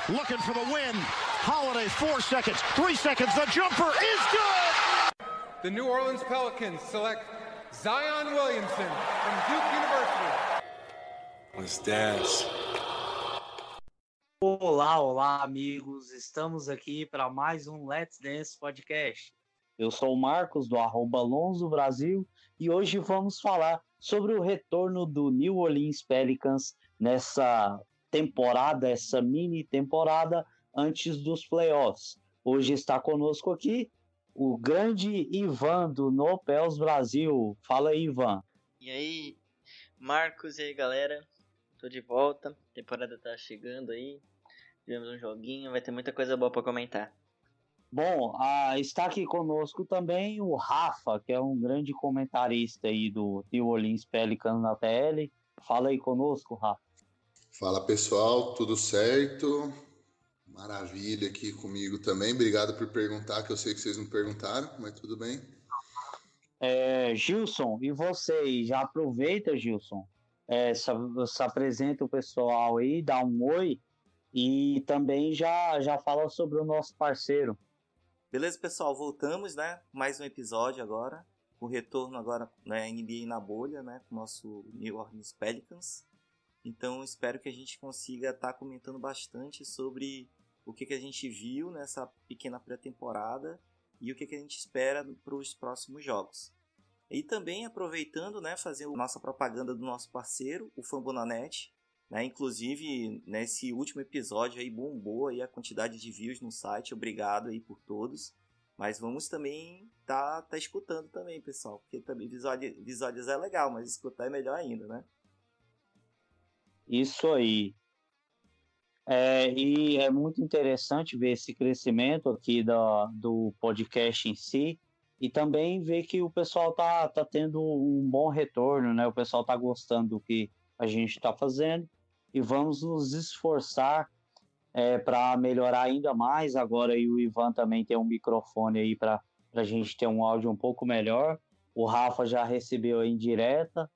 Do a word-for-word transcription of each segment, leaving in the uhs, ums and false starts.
looking for the win. Holiday, four seconds, three seconds, the jumper is good! The New Orleans Pelicans select Zion Williamson from Duke University. Let's dance. Olá, olá, amigos. Estamos aqui para mais um Let's Dance Podcast. Eu sou o Marcos, do arroba Lonzo Brasil, e hoje vamos falar sobre o retorno do New Orleans Pelicans nessa temporada, essa mini temporada antes dos playoffs. Hoje está conosco aqui o grande Ivan do No Pels Brasil. Fala aí, Ivan. E aí, Marcos, e aí, galera? Tô de volta, a temporada tá chegando aí, tivemos um joguinho, vai ter muita coisa boa pra comentar. Bom, ah, está aqui conosco também o Rafa, que é um grande comentarista aí do New Orleans Pelicans na T L. Fala aí conosco, Rafa. Fala, pessoal, tudo certo? Maravilha aqui comigo também. Obrigado por perguntar, que eu sei que vocês não perguntaram, mas tudo bem. É, Gilson, e você? Já aproveita, Gilson, é, se, se apresenta o pessoal aí, dá um oi e também já, já fala sobre o nosso parceiro. Beleza, pessoal, voltamos, né? Mais um episódio agora, o retorno agora na N B A na bolha, né? Com o nosso New Orleans Pelicans. Então, espero que a gente consiga estar tá comentando bastante sobre o que, que a gente viu nessa pequena pré-temporada e o que, que a gente espera para os próximos jogos. E também aproveitando, né, fazer a nossa propaganda do nosso parceiro, o Fambonanet. Né? Inclusive, nesse último episódio aí bombou aí a quantidade de views no site. Obrigado aí por todos. Mas vamos também tá, tá escutando também, pessoal. Porque também visualizar, visualizar é legal, mas escutar é melhor ainda, né? Isso aí. É, e é muito interessante ver esse crescimento aqui do, do podcast em si. E também ver que o pessoal tá, tá tendo um bom retorno, né? O pessoal tá gostando do que a gente está fazendo. E vamos nos esforçar é, para melhorar ainda mais. Agora e o Ivan também tem um microfone aí para a gente ter um áudio um pouco melhor. O Rafa já recebeu a indireta.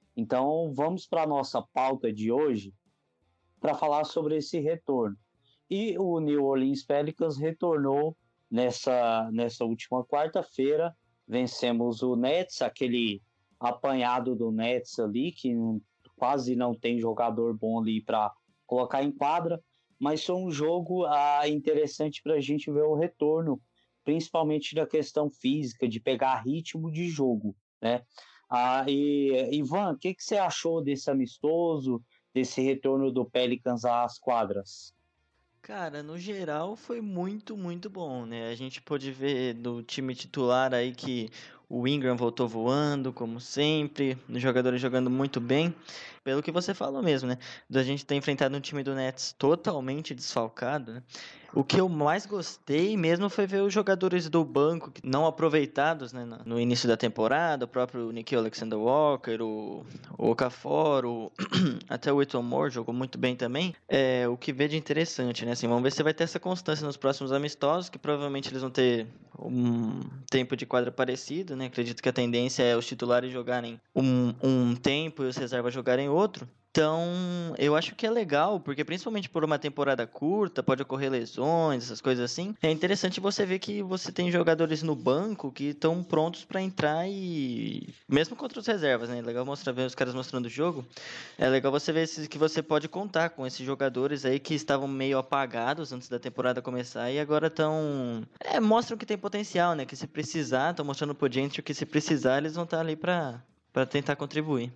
Então vamos para a nossa pauta de hoje para falar sobre esse retorno. E o New Orleans Pelicans retornou nessa, nessa última quarta-feira. Vencemos o Nets, aquele apanhado do Nets ali, que não, quase não tem jogador bom ali para colocar em quadra, mas foi um jogo ah, interessante para a gente ver o retorno, principalmente da questão física, de pegar ritmo de jogo, né? Ah, e, Ivan, o que, que você achou desse amistoso, desse retorno do Pelicans às quadras? Cara, no geral foi muito, muito bom, né? A gente pôde ver do time titular aí que o Ingram voltou voando, como sempre, os jogadores jogando muito bem. Pelo que você falou mesmo, né? Da gente ter enfrentado um time do Nets totalmente desfalcado, né? O que eu mais gostei mesmo foi ver os jogadores do banco não aproveitados, né, no início da temporada, o próprio Nickeil Alexander-Walker, o, o Okafor, o até o Eton Moore jogou muito bem também. É, o que vê de interessante, né? Assim, vamos ver se vai ter essa constância nos próximos amistosos, que provavelmente eles vão ter um tempo de quadra parecido, né? Acredito que a tendência é os titulares jogarem um, um tempo e os reservas jogarem outro. Então, eu acho que é legal, porque principalmente por uma temporada curta, pode ocorrer lesões, essas coisas assim. É interessante você ver que você tem jogadores no banco que estão prontos para entrar e... Mesmo contra os reservas, né? É legal mostrar, ver os caras mostrando o jogo. É legal você ver que você pode contar com esses jogadores aí que estavam meio apagados antes da temporada começar e agora estão... É, mostram que tem potencial, né? Que se precisar, estão mostrando pro gente que se precisar, eles vão estar ali para para tentar contribuir.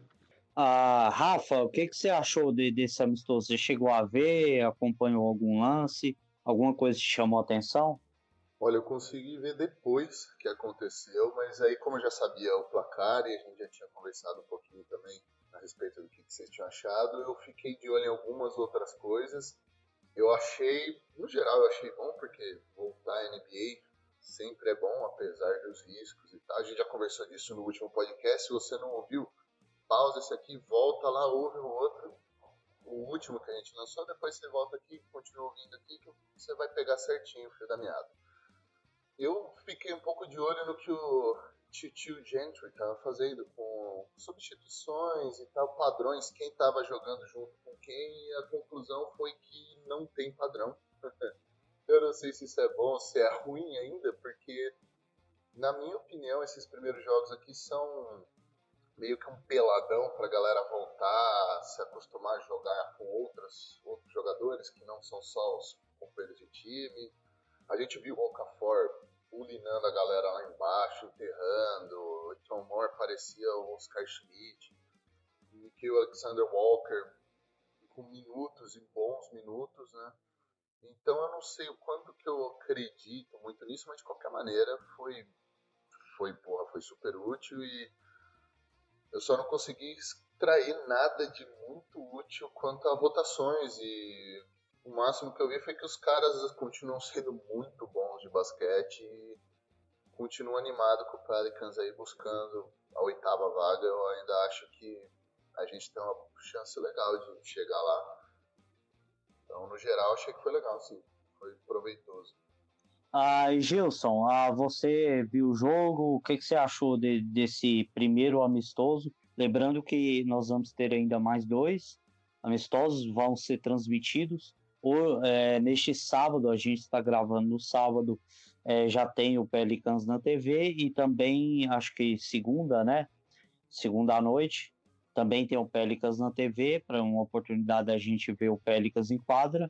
Ah, Rafa, o que, que você achou de, desse amistoso? Você chegou a ver, acompanhou algum lance? Alguma coisa te chamou a atenção? Olha, eu consegui ver depois que aconteceu, mas aí como eu já sabia o placar e a gente já tinha conversado um pouquinho também a respeito do que vocês tinham achado, eu fiquei de olho em algumas outras coisas. Eu achei, no geral eu achei bom, porque voltar à N B A sempre é bom, apesar dos riscos e tal. A gente já conversou disso no último podcast, se você não ouviu, pausa esse aqui, volta lá, ouve o outro, o último que a gente lançou, depois você volta aqui, continua ouvindo aqui, que você vai pegar certinho o fio da meada. Eu fiquei um pouco de olho no que o Tio Gentry estava fazendo com substituições e tal, padrões, quem estava jogando junto com quem, e a conclusão foi que não tem padrão. Eu não sei se isso é bom, se é ruim ainda, porque, na minha opinião, esses primeiros jogos aqui são meio que um peladão pra galera voltar, se acostumar a jogar com outras, outros jogadores que não são só os companheiros de time. A gente viu o Okafor bulinando a galera lá embaixo, enterrando. O Tom Moore parecia o Oscar Schmidt. E que o Alexander Walker com minutos e bons minutos, né? Então eu não sei o quanto que eu acredito muito nisso, mas de qualquer maneira foi, foi, porra, foi super útil e eu só não consegui extrair nada de muito útil quanto a rotações e o máximo que eu vi foi que os caras continuam sendo muito bons de basquete e continuo animado com o Pelicans aí buscando a oitava vaga. Eu ainda acho que a gente tem uma chance legal de chegar lá. Então, no geral, achei que foi legal, sim. Foi proveitoso. Ah, e Gilson, ah, você viu o jogo, o que, que você achou de- desse primeiro amistoso? Lembrando que nós vamos ter ainda mais dois amistosos, vão ser transmitidos. Ou, é, neste sábado, a gente está gravando no sábado, é, já tem o Pelicans na T V e também, acho que segunda, né? Segunda à noite, também tem o Pelicans na T V, para uma oportunidade da gente ver o Pelicans em quadra.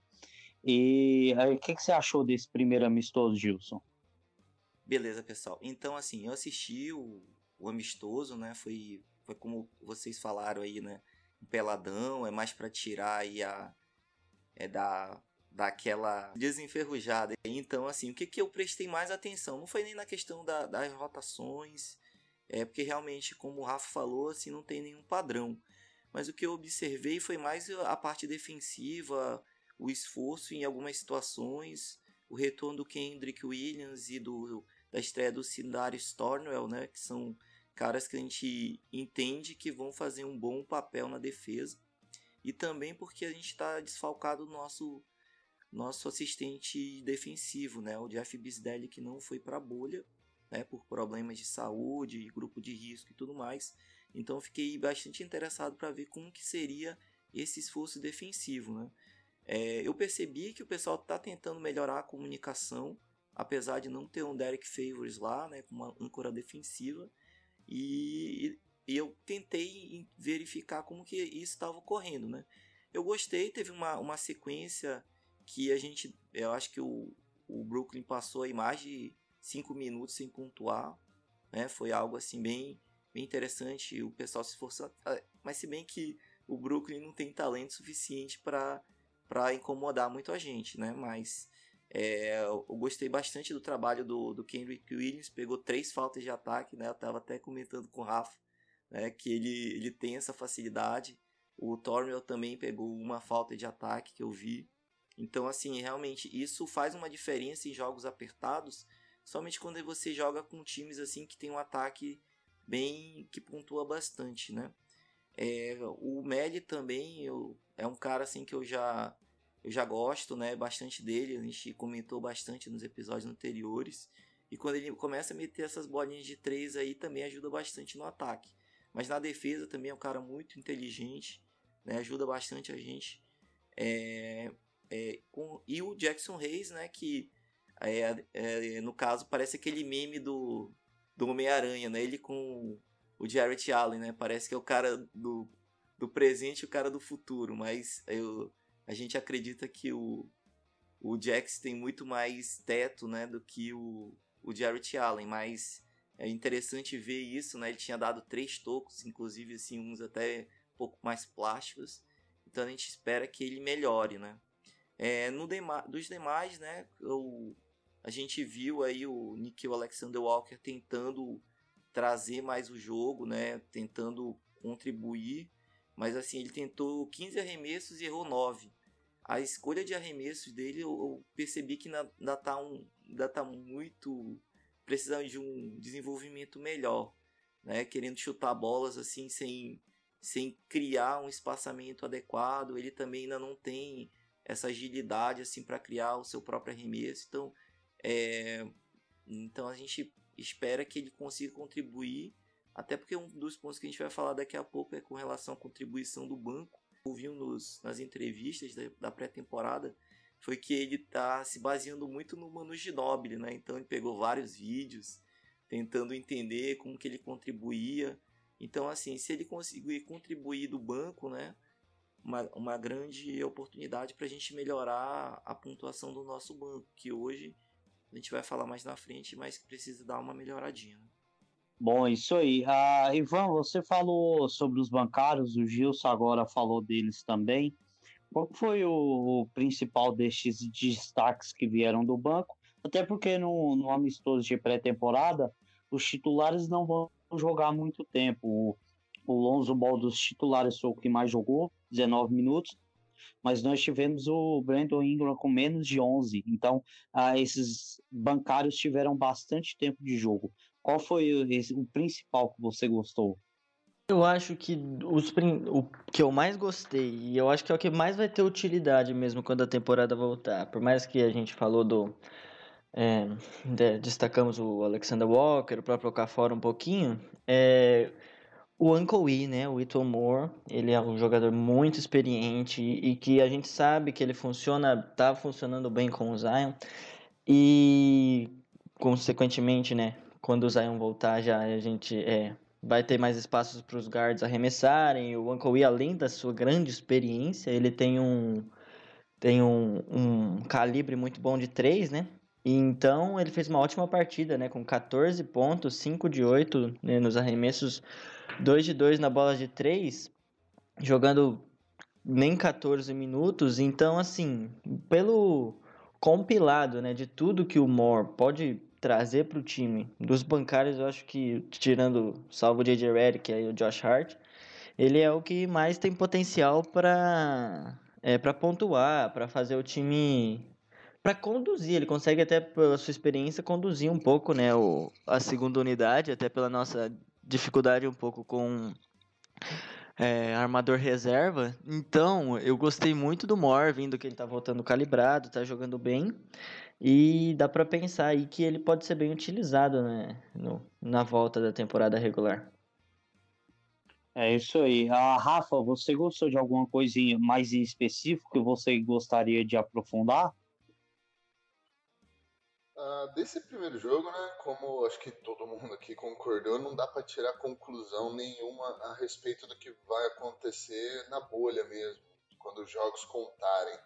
E aí, o que, que você achou desse primeiro amistoso, Gilson? Beleza, pessoal. Então, assim, eu assisti o, o amistoso, né? Foi, foi como vocês falaram aí, né? Um peladão, é mais para tirar aí a... É da, daquela desenferrujada. Então, assim, o que, que eu prestei mais atenção? Não foi nem na questão da, das rotações, é porque realmente, como o Rafa falou, assim, não tem nenhum padrão. Mas o que eu observei foi mais a parte defensiva, o esforço em algumas situações, o retorno do Kendrick Williams e do, da estreia do Cindarius Thornwell, né, que são caras que a gente entende que vão fazer um bom papel na defesa. E também porque a gente está desfalcado do nosso, nosso assistente defensivo, né, o Jeff Bisdelli, que não foi para a bolha, né, por problemas de saúde, grupo de risco e tudo mais. Então fiquei bastante interessado para ver como que seria esse esforço defensivo, né? É, eu percebi que o pessoal está tentando melhorar a comunicação, apesar de não ter um Derek Favors lá, né, com uma âncora defensiva, e, e eu tentei verificar como que isso estava ocorrendo, né? Eu gostei, teve uma, uma sequência que a gente, eu acho que o, o Brooklyn passou aí mais de cinco minutos sem pontuar, né? Foi algo assim bem, bem interessante, o pessoal se esforçando, mas se bem que o Brooklyn não tem talento suficiente para para incomodar muito a gente, né? Mas é, eu gostei bastante do trabalho do, do Kendrick Williams, pegou três faltas de ataque, né? Eu estava até comentando com o Rafa, né, que ele, ele tem essa facilidade. O Thornwell também pegou uma falta de ataque que eu vi. Então, assim, realmente isso faz uma diferença em jogos apertados, somente quando você joga com times assim que tem um ataque bem que pontua bastante, né? É, o Melly também eu, é um cara assim que eu já eu já gosto, né, bastante dele. A gente comentou bastante nos episódios anteriores. E quando ele começa a meter essas bolinhas de três aí também ajuda bastante no ataque. Mas na defesa também é um cara muito inteligente, né, ajuda bastante a gente. É, é, com, e o Jackson Hayes, né, que é, é, no caso parece aquele meme do, do Homem-Aranha, né, ele com o Jarrett Allen, né? Parece que é o cara do, do presente e o cara do futuro, mas eu, a gente acredita que o, o Jax tem muito mais teto, né, do que o, o Jarrett Allen, mas é interessante ver isso, né? Ele tinha dado três tocos, inclusive assim, uns até um pouco mais plásticos, então a gente espera que ele melhore, né? É, no dema, dos demais, né, eu, a gente viu aí o Nickeil Alexander Walker tentando trazer mais o jogo, né, tentando contribuir, mas assim, ele tentou quinze arremessos e errou nove. A escolha de arremessos dele, eu, eu percebi que ainda está um, ainda tá muito precisando de um desenvolvimento melhor, né, querendo chutar bolas assim sem, sem criar um espaçamento adequado. Ele também ainda não tem essa agilidade assim para criar o seu próprio arremesso. Então, é, então a gente espera que ele consiga contribuir, até porque um dos pontos que a gente vai falar daqui a pouco é com relação à contribuição do banco, ouviu nos, nas entrevistas da, da pré-temporada foi que ele tá se baseando muito no Manu Ginóbili, né? Então ele pegou vários vídeos tentando entender como que ele contribuía. Então, assim, se ele conseguir contribuir do banco, né? Uma, uma grande oportunidade para a gente melhorar a pontuação do nosso banco, que hoje a gente vai falar mais na frente, mas que precisa dar uma melhoradinha. Né? Bom, isso aí. Ah, Ivan, você falou sobre os bancários, o Gilson agora falou deles também. Qual foi o, o principal destes destaques que vieram do banco? Até porque no, no amistoso de pré-temporada, os titulares não vão jogar muito tempo. O, o Lonzo Ball dos titulares foi o que mais jogou, dezenove minutos, mas nós tivemos o Brandon Ingram com menos de onze. Então, ah, esses bancários tiveram bastante tempo de jogo. Qual foi o, esse, o principal que você gostou? Eu acho que os, o que eu mais gostei, e eu acho que é o que mais vai ter utilidade mesmo quando a temporada voltar. Por mais que a gente falou do... É, de, destacamos o Alexander Walker, o próprio Okafor um pouquinho, é, o Uncle E, né, o Eton Moore, ele é um jogador muito experiente e, e que a gente sabe que ele funciona, tá funcionando bem com o Zion. E, consequentemente, né, quando o Zion voltar, já a gente é, vai ter mais espaços para os guards arremessarem. O Uncle E, além da sua grande experiência, ele tem um, tem um, um calibre muito bom de três, né? E então ele fez uma ótima partida, né? Com quatorze pontos, cinco de oito, né, nos arremessos, dois de dois na bola de três, jogando nem quatorze minutos. Então, assim, pelo compilado, né, de tudo que o Moore pode trazer para o time, dos bancários, eu acho que, tirando, salvo o J J Redick e o Josh Hart, ele é o que mais tem potencial para é, para pontuar, para fazer o time, para conduzir. Ele consegue até pela sua experiência conduzir um pouco, né, o, a segunda unidade, até pela nossa dificuldade um pouco com é, armador reserva. Então, eu gostei muito do Moore, vindo que ele tá voltando calibrado, tá jogando bem. E dá para pensar aí que ele pode ser bem utilizado, né, no, na volta da temporada regular. É isso aí. Ah, Rafa, você gostou de alguma coisinha mais em específico que você gostaria de aprofundar? Uh, desse primeiro jogo, né, como acho que todo mundo aqui concordou, não dá para tirar conclusão nenhuma a respeito do que vai acontecer na bolha mesmo, quando os jogos contarem.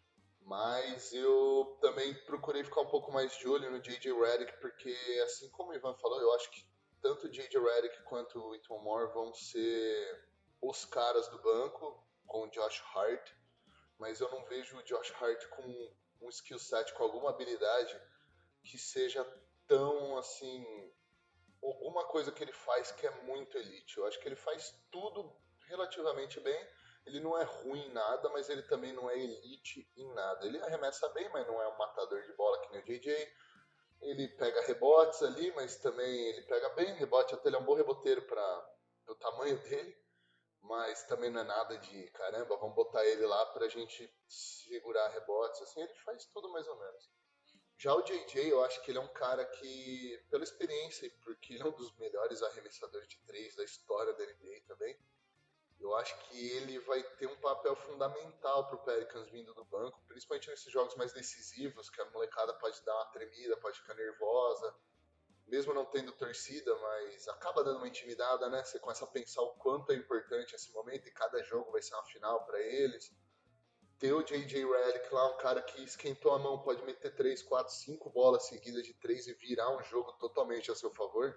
Mas eu também procurei ficar um pouco mais de olho no J J Redick, porque assim como o Ivan falou, eu acho que tanto o J J Redick quanto o Eton Moore vão ser os caras do banco, com o Josh Hart, mas eu não vejo o Josh Hart com um skill set, com alguma habilidade que seja tão, assim, alguma coisa que ele faz que é muito elite. Eu acho que ele faz tudo relativamente bem. Ele não é ruim em nada, mas ele também não é elite em nada. Ele arremessa bem, mas não é um matador de bola que nem o J J. Ele pega rebotes ali, mas também ele pega bem rebote. Até ele é um bom reboteiro para o tamanho dele, mas também não é nada de caramba, vamos botar ele lá pra gente segurar rebotes. Assim, ele faz tudo mais ou menos. Já o J J, eu acho que ele é um cara que, pela experiência, e porque ele é um dos melhores arremessadores de três da história da N B A também, eu acho que ele vai ter um papel fundamental pro Pelicans vindo do banco, principalmente nesses jogos mais decisivos, que a molecada pode dar uma tremida, pode ficar nervosa, mesmo não tendo torcida, mas acaba dando uma intimidada, né? Você começa a pensar o quanto é importante esse momento e cada jogo vai ser uma final para eles. Ter o J J Redick lá, um cara que esquentou a mão, pode meter três, quatro, cinco bolas seguidas de três e virar um jogo totalmente a seu favor.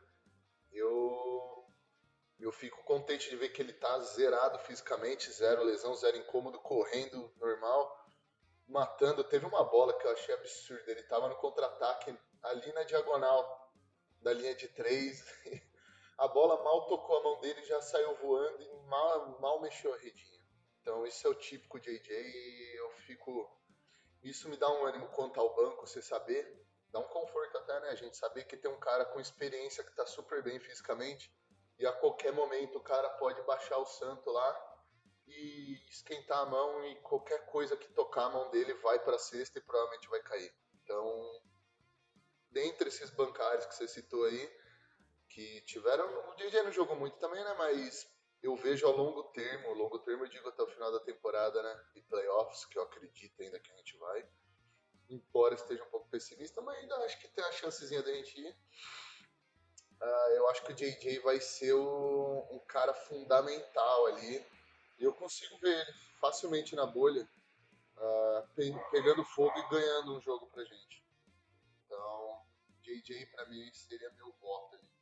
Eu, eu fico contente de ver que ele tá zerado fisicamente, zero lesão, zero incômodo, correndo normal, matando. Teve uma bola que eu achei absurda, ele tava no contra-ataque ali na diagonal da linha de três, a bola mal tocou a mão dele, já saiu voando e mal, mal mexeu a redinha. Então isso é o típico J J e eu fico... Isso me dá um ânimo quanto ao banco, você saber, dá um conforto até, né? A gente saber que tem um cara com experiência que tá super bem fisicamente e a qualquer momento o cara pode baixar o santo lá e esquentar a mão e qualquer coisa que tocar a mão dele vai pra cesta e provavelmente vai cair. Então, dentre esses bancários que você citou aí, que tiveram... O J J não jogou muito também, né? Mas eu vejo a longo termo, longo termo eu digo até o final da temporada, né, e playoffs, que eu acredito ainda que a gente vai, embora esteja um pouco pessimista, mas ainda acho que tem a chancezinha da gente ir. Uh, eu acho que o J J vai ser o, um cara fundamental ali, e eu consigo ver ele facilmente na bolha, uh, pe- pegando fogo e ganhando um jogo pra gente. Então, J J pra mim seria meu voto ali.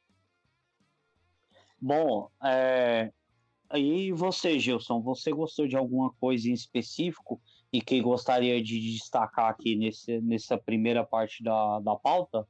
Bom, é, e você, Gilson, você gostou de alguma coisa em específico e que gostaria de destacar aqui nesse, nessa primeira parte da, da pauta?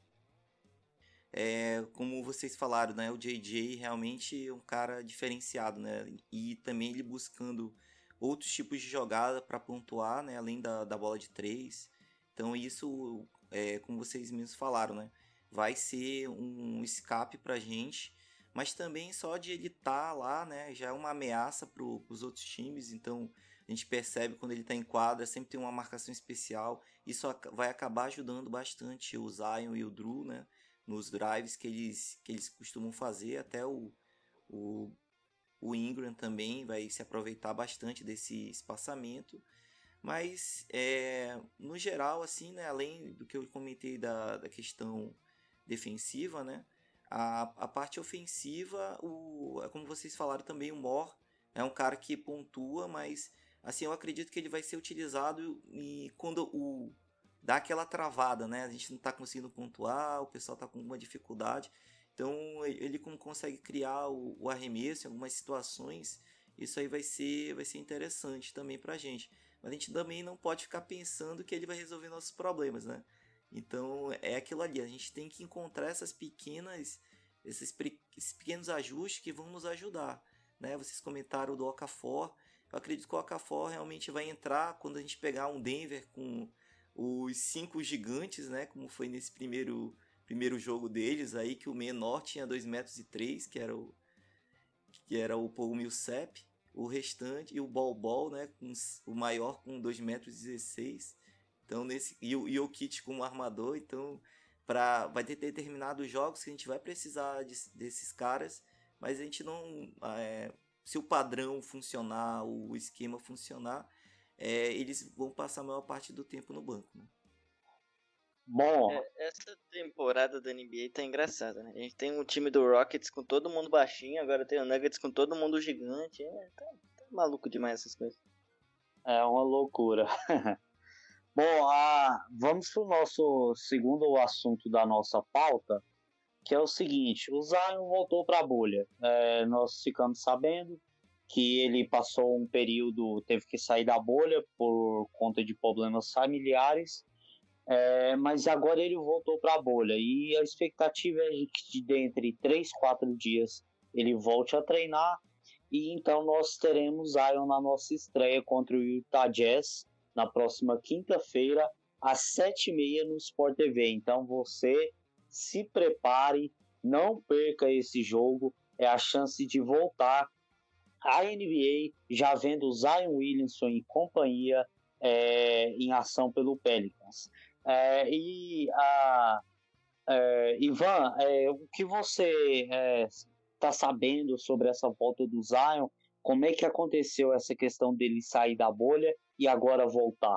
É, como vocês falaram, né, o J J realmente é um cara diferenciado, né, e também ele buscando outros tipos de jogada para pontuar, né, além da, da bola de três. Então isso, é, como vocês mesmos falaram, né, vai ser um escape para a gente, mas também só de ele estar tá lá, né, já é uma ameaça para os outros times. Então a gente percebe quando ele está em quadra, sempre tem uma marcação especial. Isso vai acabar ajudando bastante o Zion e o Drew, né, nos drives que eles, que eles costumam fazer. Até o, o, o Ingram também vai se aproveitar bastante desse espaçamento. Mas, é, no geral, assim, né, além do que eu comentei da, da questão defensiva, né, a, a parte ofensiva, o, como vocês falaram também, o Moore é um cara que pontua, mas assim, eu acredito que ele vai ser utilizado e quando o dá aquela travada, né? A gente não está conseguindo pontuar, o pessoal está com alguma dificuldade. Então, ele como consegue criar o, o arremesso em algumas situações, isso aí vai ser, vai ser interessante também para a gente. Mas a gente também não pode ficar pensando que ele vai resolver nossos problemas, né? Então, é aquilo ali. A gente tem que encontrar essas pequenas, esses, esses pequenos ajustes que vão nos ajudar, né? Vocês comentaram do Okafor. Eu acredito que o Okafor realmente vai entrar quando a gente pegar um Denver com os cinco gigantes, né, como foi nesse primeiro, primeiro jogo deles, aí que o menor tinha dois metros e três, que era o, que era o Paul Millsap, o restante, e o Bol Bol, né, com o maior com dois metros e dezesseis, então, nesse, e o Jokic como armador. Então, pra, vai ter determinados jogos que a gente vai precisar de, desses caras, mas a gente não... É, se o padrão funcionar, o esquema funcionar, É, eles vão passar a maior parte do tempo no banco, né? Bom, É, essa temporada da N B A tá engraçada, né? A gente tem um time do Rockets com todo mundo baixinho, agora tem o Nuggets com todo mundo gigante. É, tá, tá maluco demais essas coisas. é uma loucura. Bom, ah, vamos para o nosso segundo assunto da nossa pauta, que é o seguinte: o Zion voltou para a bolha. É, nós ficamos sabendo que ele passou um período, teve que sair da bolha por conta de problemas familiares, é, mas agora ele voltou para a bolha e a expectativa é que de entre três, quatro dias ele volte a treinar, e então nós teremos Zion na nossa estreia contra o Utah Jazz na próxima quinta-feira às sete e meia no Sport T V. Então você se prepare, não perca esse jogo, é a chance de voltar a N B A já vendo o Zion Williamson e companhia é, em ação pelo Pelicans. É, e a, é, Ivan, é, o que você está é, sabendo sobre essa volta do Zion? Como é que aconteceu essa questão dele sair da bolha e agora voltar?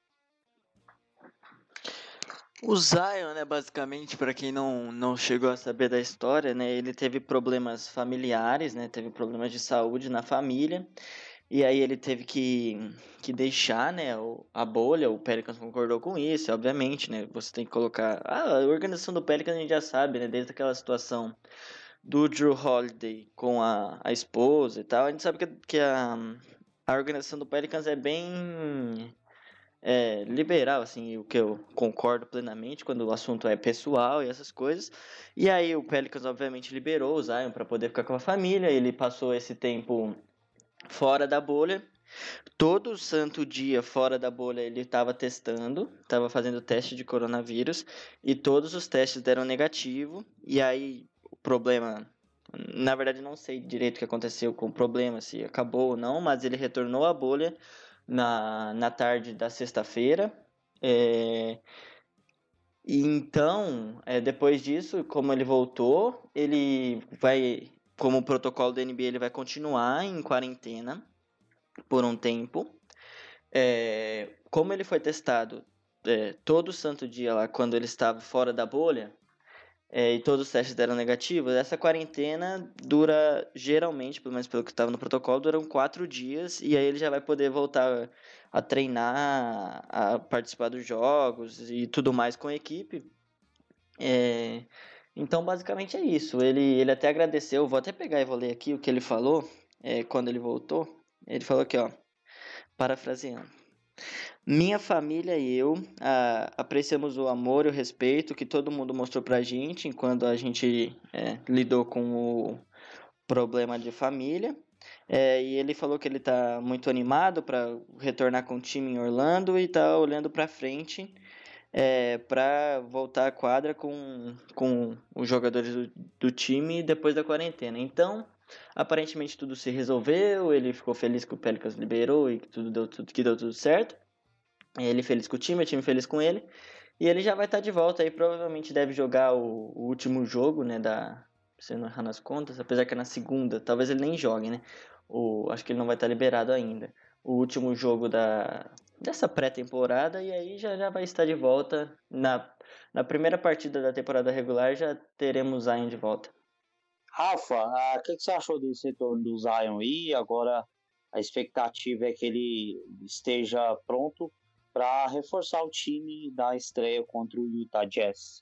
O Zion, né, basicamente, para quem não, não chegou a saber da história, né, ele teve problemas familiares, né, teve problemas de saúde na família, e aí ele teve que, que deixar, né, a bolha. O Pelicans concordou com isso, obviamente, né, você tem que colocar... Ah, a organização do Pelicans a gente já sabe, né, desde aquela situação do Drew Holiday com a, a esposa e tal, a gente sabe que, que a, a organização do Pelicans é bem... É, liberal, assim, o que eu concordo plenamente quando o assunto é pessoal e essas coisas. E aí o Pelicans obviamente liberou o Zion para poder ficar com a família. Ele passou esse tempo fora da bolha. Todo santo dia fora da bolha ele estava testando, estava fazendo teste de coronavírus, e todos os testes deram negativo. E aí o problema, na verdade não sei direito o que aconteceu com o problema, se acabou ou não, mas ele retornou à bolha Na, na tarde da sexta-feira. É, e então, é, depois disso, como ele voltou, ele vai como o protocolo da N B A ele vai continuar em quarentena por um tempo. É, como ele foi testado é, todo santo dia lá quando ele estava fora da bolha, é, e todos os testes deram negativos, essa quarentena dura, geralmente, pelo menos pelo que estava no protocolo, duram quatro dias, e aí ele já vai poder voltar a treinar, a participar dos jogos e tudo mais com a equipe. É, então, basicamente é isso. Ele, ele até agradeceu, vou até pegar e vou ler aqui o que ele falou é, quando ele voltou. Ele falou aqui, ó, parafraseando. Minha família e eu ah, apreciamos o amor e o respeito que todo mundo mostrou pra gente enquanto a gente é, lidou com o problema de família. É, e ele falou que ele tá muito animado para retornar com o time em Orlando e tá olhando pra frente é, para voltar à quadra com, com os jogadores do, do time depois da quarentena. Então, aparentemente tudo se resolveu, ele ficou feliz que o Pelicans liberou e que tudo deu, tudo, que deu tudo certo. Ele feliz com o time, o time feliz com ele. E ele já vai estar de volta aí, provavelmente deve jogar o, o último jogo, né, da... Se não errar nas contas, apesar que é na segunda, talvez ele nem jogue, né? O, acho que ele não vai estar liberado ainda. O último jogo da, dessa pré-temporada, e aí já, já vai estar de volta. Na, na primeira partida da temporada regular, já teremos Zion de volta. Rafa, o que, que você achou desse retorno do Zion aí? Agora a expectativa é que ele esteja pronto para reforçar o time da estreia contra o Utah Jazz.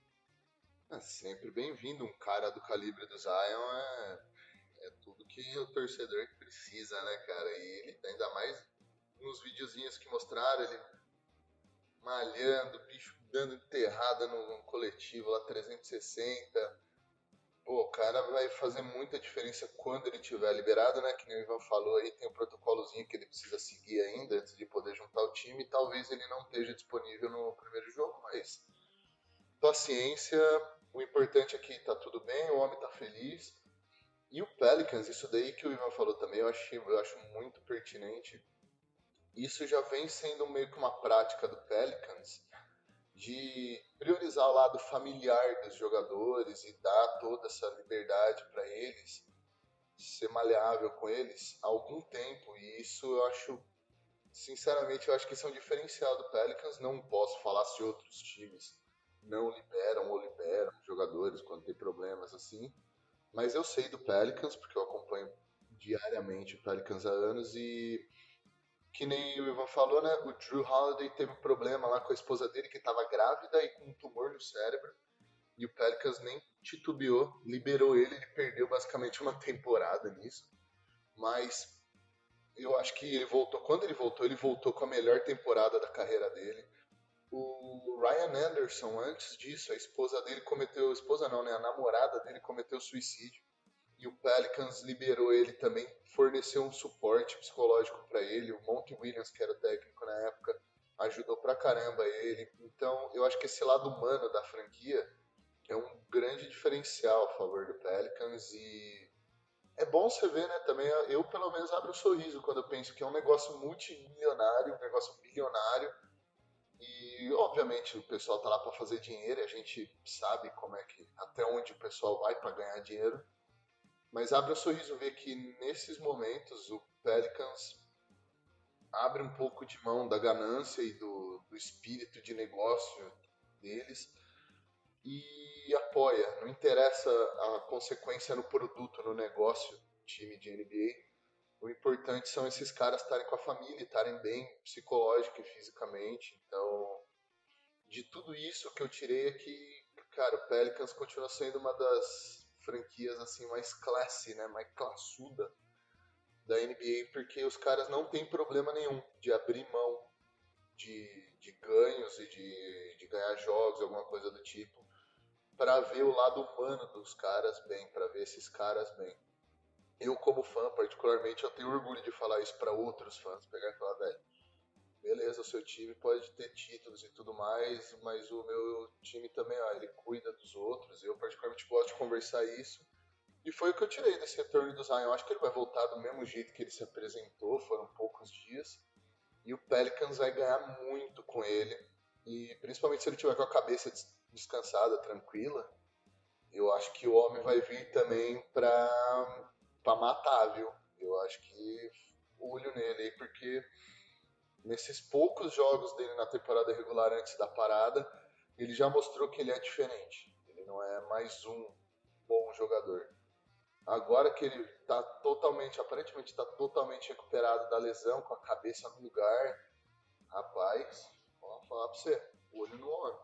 É sempre bem-vindo, um cara do calibre do Zion é, é tudo que o torcedor precisa, né, cara? E ele ainda mais nos videozinhos que mostraram, ele malhando, bicho dando enterrada no, no coletivo lá trezentos e sessenta. Pô, o cara vai fazer muita diferença quando ele estiver liberado, né? Que nem o Ivan falou aí, tem um protocolozinho que ele precisa seguir ainda antes de poder juntar o time. Talvez ele não esteja disponível no primeiro jogo, mas paciência. O importante é que tá tudo bem, o homem tá feliz. E o Pelicans, isso daí que o Ivan falou também, eu acho, eu acho muito pertinente. Isso já vem sendo meio que uma prática do Pelicans de priorizar o lado familiar dos jogadores e dar toda essa liberdade para eles, ser maleável com eles há algum tempo. E isso eu acho, sinceramente, eu acho que isso é um diferencial do Pelicans. Não posso falar se outros times não liberam ou liberam jogadores quando tem problemas assim, mas eu sei do Pelicans porque eu acompanho diariamente o Pelicans há anos. E que nem o Ivan falou, né, o Drew Holiday teve um problema lá com a esposa dele que estava grávida e com um tumor no cérebro, e o Pelicans nem titubeou, liberou ele, ele perdeu basicamente uma temporada nisso, mas eu acho que ele voltou, quando ele voltou, ele voltou com a melhor temporada da carreira dele. O Ryan Anderson, antes disso, a esposa dele cometeu, esposa não, né, a namorada dele cometeu suicídio, e o Pelicans liberou ele também, forneceu um suporte psicológico para ele. O Monty Williams, que era o técnico na época, ajudou pra caramba ele. Então, eu acho que esse lado humano da franquia é um grande diferencial a favor do Pelicans. E é bom você ver, né, também, eu pelo menos abro um sorriso quando eu penso que é um negócio multimilionário, um negócio bilionário. E, obviamente, o pessoal tá lá para fazer dinheiro, e a gente sabe como é que, até onde o pessoal vai para ganhar dinheiro. Mas abre um sorriso ver que nesses momentos o Pelicans abre um pouco de mão da ganância e do, do espírito de negócio deles e apoia. Não interessa a consequência no produto, no negócio, time de N B A. O importante são esses caras estarem com a família, estarem bem psicológica e fisicamente. Então, de tudo isso que eu tirei é que, cara, o Pelicans continua sendo uma das franquias assim mais classe, né, mais classuda da N B A, porque os caras não têm problema nenhum de abrir mão de, de ganhos e de, de ganhar jogos, alguma coisa do tipo, para ver o lado humano dos caras bem, para ver esses caras bem. Eu, como fã, particularmente, eu tenho orgulho de falar isso para outros fãs, pegar e falar, velho, beleza, o seu time pode ter títulos e tudo mais, mas o meu time também, ó, ele cuida dos outros. Eu particularmente gosto de conversar isso. E foi o que eu tirei desse retorno do Zion. Eu acho que ele vai voltar do mesmo jeito que ele se apresentou, foram poucos dias. E o Pelicans vai ganhar muito com ele. E principalmente se ele tiver com a cabeça descansada, tranquila, eu acho que o homem vai vir também pra, pra matar, viu? Eu acho que olho nele aí, porque nesses poucos jogos dele na temporada regular antes da parada, ele já mostrou que ele é diferente. Ele não é mais um bom jogador. Agora que ele tá totalmente, aparentemente está totalmente recuperado da lesão, com a cabeça no lugar, rapaz, vou falar pra você, olho no homem.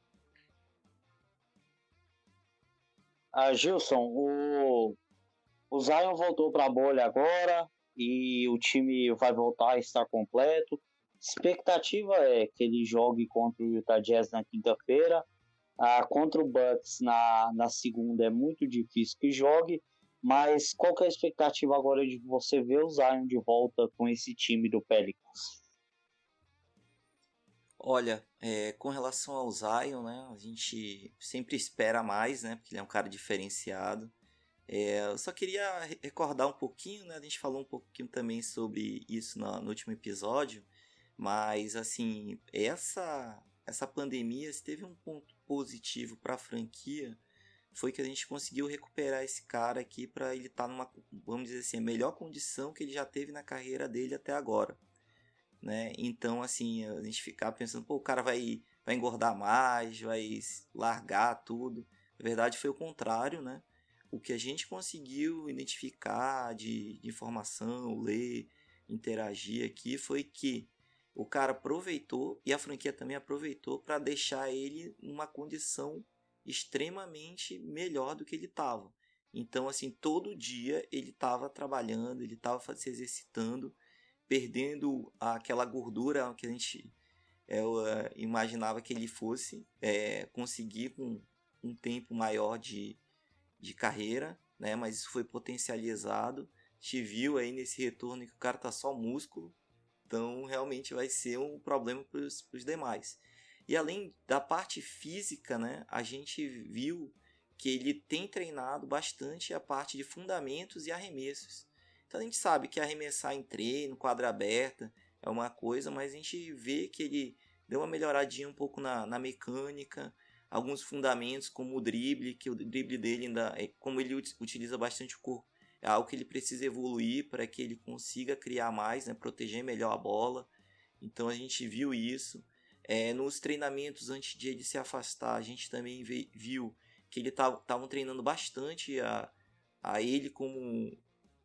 Ah, Gilson, o, o Zion voltou para a bolha agora e o time vai voltar a estar completo. Expectativa é que ele jogue contra o Utah Jazz na quinta-feira. Ah, contra o Bucks na, na segunda é muito difícil que jogue, mas qual que é a expectativa agora de você ver o Zion de volta com esse time do Pelicans? Olha, é, com relação ao Zion, né, a gente sempre espera mais, né, porque ele é um cara diferenciado. É, eu só queria recordar um pouquinho, né, a gente falou um pouquinho também sobre isso no, no último episódio, mas assim, essa, essa pandemia, se teve um ponto positivo para a franquia, foi que a gente conseguiu recuperar esse cara aqui para ele estar tá numa, vamos dizer assim, a melhor condição que ele já teve na carreira dele até agora. Né? Então, assim, a gente ficar pensando, pô, o cara vai, vai engordar mais, vai largar tudo. Na verdade, foi o contrário, né? O que a gente conseguiu identificar de, de informação, ler, interagir aqui, foi que o cara aproveitou, e a franquia também aproveitou, para deixar ele numa condição extremamente melhor do que ele estava. Então, assim, todo dia ele estava trabalhando, ele estava se exercitando, perdendo aquela gordura que a gente eu, uh, imaginava que ele fosse é, conseguir com um tempo maior de, de carreira, né? Mas isso foi potencializado. Te viu aí nesse retorno que o cara tá só músculo, então realmente vai ser um problema para os demais. E além da parte física, né? A gente viu que ele tem treinado bastante a parte de fundamentos e arremessos. Então a gente sabe que arremessar em treino, quadra aberta, é uma coisa, mas a gente vê que ele deu uma melhoradinha um pouco na, na mecânica, alguns fundamentos como o drible, que o drible dele ainda, é, como ele utiliza bastante o corpo, é algo que ele precisa evoluir para que ele consiga criar mais, né, proteger melhor a bola. Então a gente viu isso. É, nos treinamentos antes de ele se afastar, a gente também vê, viu que ele estavam treinando bastante a, a ele como um,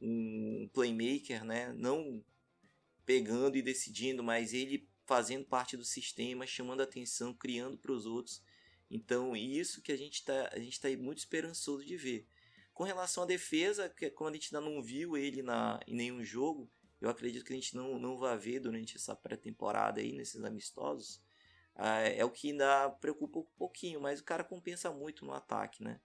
um playmaker, né? Não pegando e decidindo, mas ele fazendo parte do sistema, chamando a atenção, criando para os outros. Então, isso que a gente está a gente tá muito esperançoso de ver. Com relação à defesa, que como a gente ainda não viu ele na, em nenhum jogo, eu acredito que a gente não, não vai ver durante essa pré-temporada aí, nesses amistosos, ah, é o que ainda preocupa um pouquinho, mas o cara compensa muito no ataque, né?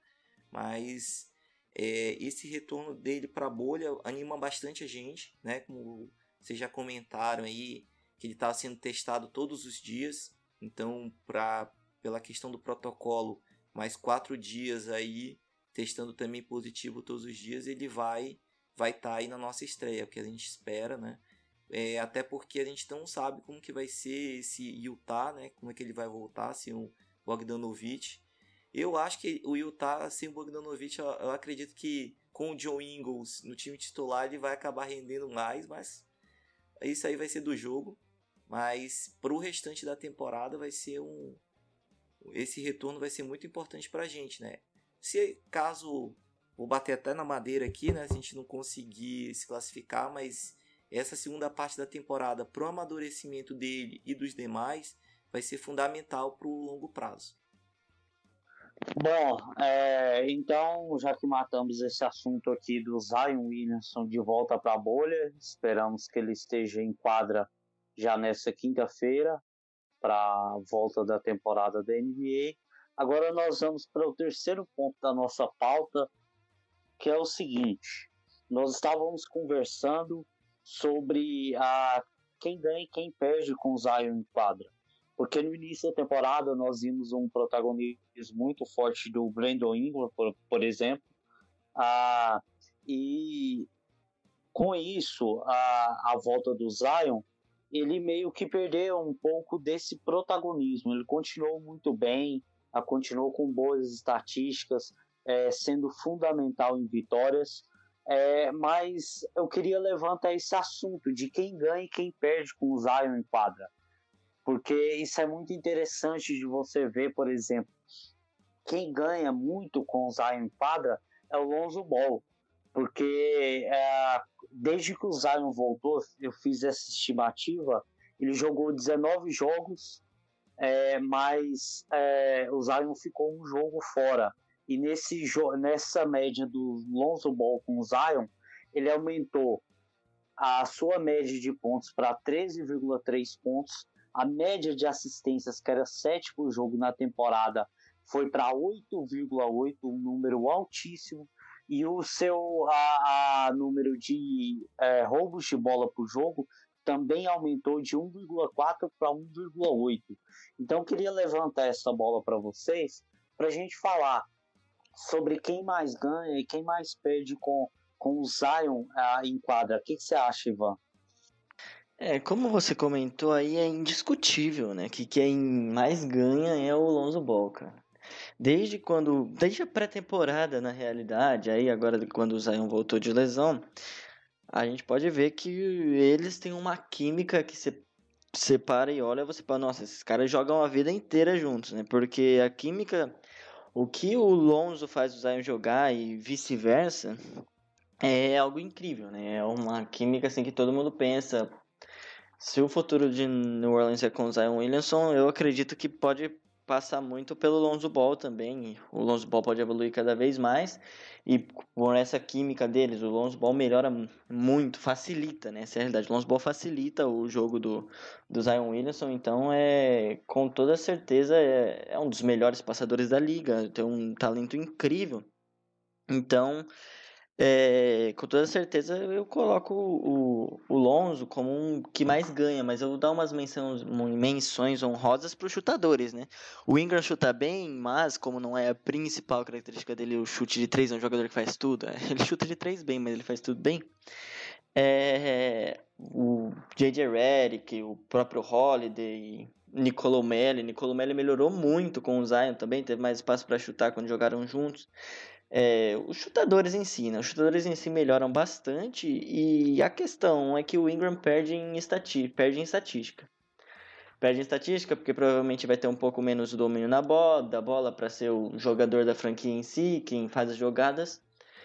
Mas é, esse retorno dele para a bolha anima bastante a gente, né? Como vocês já comentaram aí, que ele estava sendo testado todos os dias, então pra, pela questão do protocolo, mais quatro dias aí, testando também positivo todos os dias, ele vai vai estar tá aí na nossa estreia, o que a gente espera, né? É, até porque a gente não sabe como que vai ser esse Utah, né? Como é que ele vai voltar, se o Bogdanovic. Eu acho que o Utah, sem o Bogdanovic, eu, eu acredito que com o Joe Ingles no time titular, ele vai acabar rendendo mais, mas isso aí vai ser do jogo. Mas pro restante da temporada vai ser um... Esse retorno vai ser muito importante pra gente, né? Se caso... Vou bater até na madeira aqui, né? Se a gente não conseguir se classificar, mas essa segunda parte da temporada, pro amadurecimento dele e dos demais, vai ser fundamental pro longo prazo. Bom, é, então, já que matamos esse assunto aqui do Zion Williamson de volta para a bolha, esperamos que ele esteja em quadra já nessa quinta-feira para a volta da temporada da N B A. Agora nós vamos para o terceiro ponto da nossa pauta, que é o seguinte: nós estávamos conversando sobre a, quem ganha e quem perde com o Zion em quadra. Porque no início da temporada nós vimos um protagonismo muito forte do Brandon Ingram, por, por exemplo, ah, e com isso, a, a volta do Zion, ele meio que perdeu um pouco desse protagonismo. Ele continuou muito bem, a, continuou com boas estatísticas, é, sendo fundamental em vitórias. É, mas eu queria levantar esse assunto de quem ganha e quem perde com o Zion em quadra, porque isso é muito interessante de você ver, por exemplo, quem ganha muito com o Zion em quadra é o Lonzo Ball, porque é, desde que o Zion voltou, eu fiz essa estimativa, ele jogou dezenove jogos, é, mas é, o Zion ficou um jogo fora. E nesse, nessa média do Lonzo Ball com o Zion, ele aumentou a sua média de pontos para treze vírgula três pontos, a média de assistências, que era sete por jogo na temporada, foi para oito vírgula oito, um número altíssimo, e o seu a, a número de é, roubos de bola por jogo também aumentou de um vírgula quatro para um vírgula oito. Então eu queria levantar essa bola para vocês, para a gente falar sobre quem mais ganha e quem mais perde com, com o Zion ah, em quadra. O que, que você acha, Ivan? É, como você comentou aí, é indiscutível, né? Que quem mais ganha é o Lonzo Ball, cara. Desde quando, desde a pré-temporada, na realidade, aí agora quando o Zion voltou de lesão, a gente pode ver que eles têm uma química que você separa e olha, você fala, nossa, esses caras jogam a vida inteira juntos, né? Porque a química, o que o Lonzo faz o Zion jogar e vice-versa, é algo incrível, né? É uma química assim que todo mundo pensa. Se o futuro de New Orleans é com o Zion Williamson, eu acredito que pode passar muito pelo Lonzo Ball também. O Lonzo Ball pode evoluir cada vez mais. E por essa química deles, o Lonzo Ball melhora muito, facilita, né? Essa é a realidade. O Lonzo Ball facilita o jogo do, do Zion Williamson. Então, é, com toda certeza, é, é um dos melhores passadores da liga. Tem um talento incrível. Então, é, com toda certeza eu coloco o, o Lonzo como um que mais ganha, mas eu vou dar umas menções, menções honrosas para os chutadores, né? O Ingram chuta bem, mas como não é a principal característica dele o chute de três, é um jogador que faz tudo. Ele chuta de três bem, mas ele faz tudo bem. É, o J J Redick, o próprio Holiday, Nicolo Melli. Nicolo Melli melhorou muito com o Zion também, teve mais espaço para chutar quando jogaram juntos. É, os chutadores em si, né? Os chutadores em si melhoram bastante e a questão é que o Ingram perde em, estati perde em estatística. Perde em estatística porque provavelmente vai ter um pouco menos domínio na bola, da bola para ser o jogador da franquia em si, quem faz as jogadas.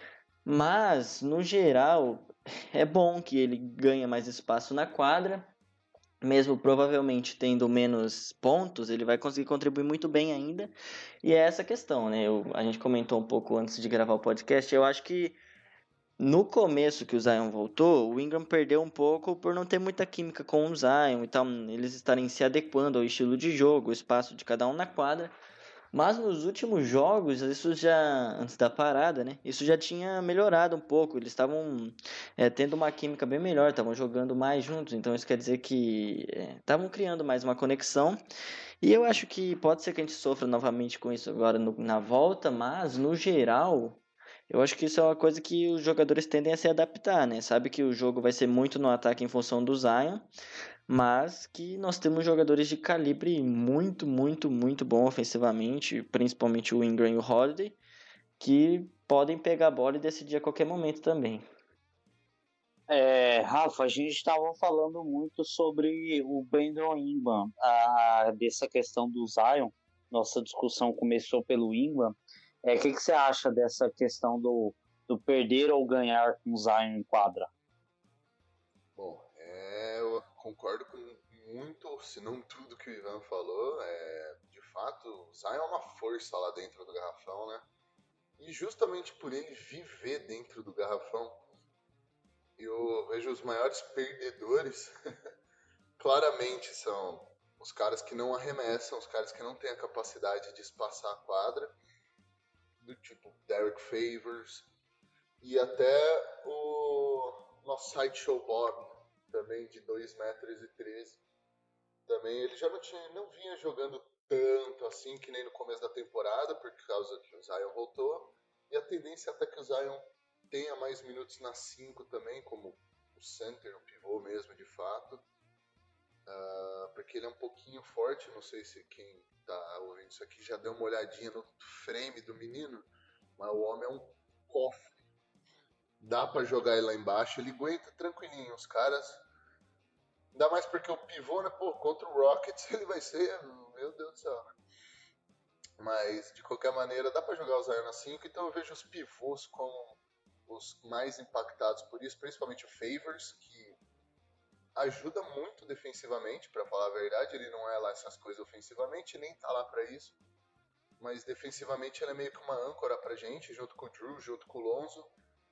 Mas, no geral, é bom que ele ganha mais espaço na quadra. Mesmo provavelmente tendo menos pontos, ele vai conseguir contribuir muito bem ainda. E é essa questão, né? Eu, a gente comentou um pouco antes de gravar o podcast. Eu acho que no começo que o Zion voltou, o Ingram perdeu um pouco por não ter muita química com o Zion e tal. Eles estarem se adequando ao estilo de jogo, o espaço de cada um na quadra. Mas nos últimos jogos, isso já, antes da parada, né? Isso já tinha melhorado um pouco. Eles estavam é, tendo uma química bem melhor, estavam jogando mais juntos. Então isso quer dizer que estavam é, criando mais uma conexão. E eu acho que pode ser que a gente sofra novamente com isso agora no, na volta, mas no geral, eu acho que isso é uma coisa que os jogadores tendem a se adaptar, né? Sabe que o jogo vai ser muito no ataque em função do Zion, mas que nós temos jogadores de calibre muito, muito, muito bom ofensivamente, principalmente o Ingram e o Holiday, que podem pegar a bola e decidir a qualquer momento também. É, Rafa, a gente estava falando muito sobre o Brandon Ingram, a, dessa questão do Zion. Nossa discussão começou pelo Ingram. É, o que, que você acha dessa questão do, do perder ou ganhar com o Zion em quadra? Bom, é, eu concordo com muito, se não tudo que o Ivan falou. É, de fato, o Zion é uma força lá dentro do garrafão, né? E justamente por ele viver dentro do garrafão, eu vejo os maiores perdedores, claramente são os caras que não arremessam, os caras que não têm a capacidade de espaçar a quadra, do tipo Derek Favors, e até o nosso Sideshow Bob, também de dois metros e treze. Também ele já não, tinha, não vinha jogando tanto assim que nem no começo da temporada, por causa que o Zion voltou, e a tendência é até que o Zion tenha mais minutos na cinco também, como o center, o pivô mesmo, de fato. Uh, porque ele é um pouquinho forte, não sei se quem tá ouvindo isso aqui já deu uma olhadinha no frame do menino, mas o homem é um cofre. Dá pra jogar ele lá embaixo, ele aguenta tranquilinho. Os caras... Ainda mais porque o pivô, né, pô, contra o Rockets ele vai ser... Meu Deus do céu, né? Mas, de qualquer maneira, dá pra jogar o Zion na cinco, então eu vejo os pivôs como os mais impactados por isso, principalmente o Favors, que ajuda muito defensivamente, pra falar a verdade. Ele não é lá essas coisas ofensivamente, nem tá lá pra isso. Mas defensivamente ele é meio que uma âncora pra gente, junto com o Drew, junto com o Lonzo.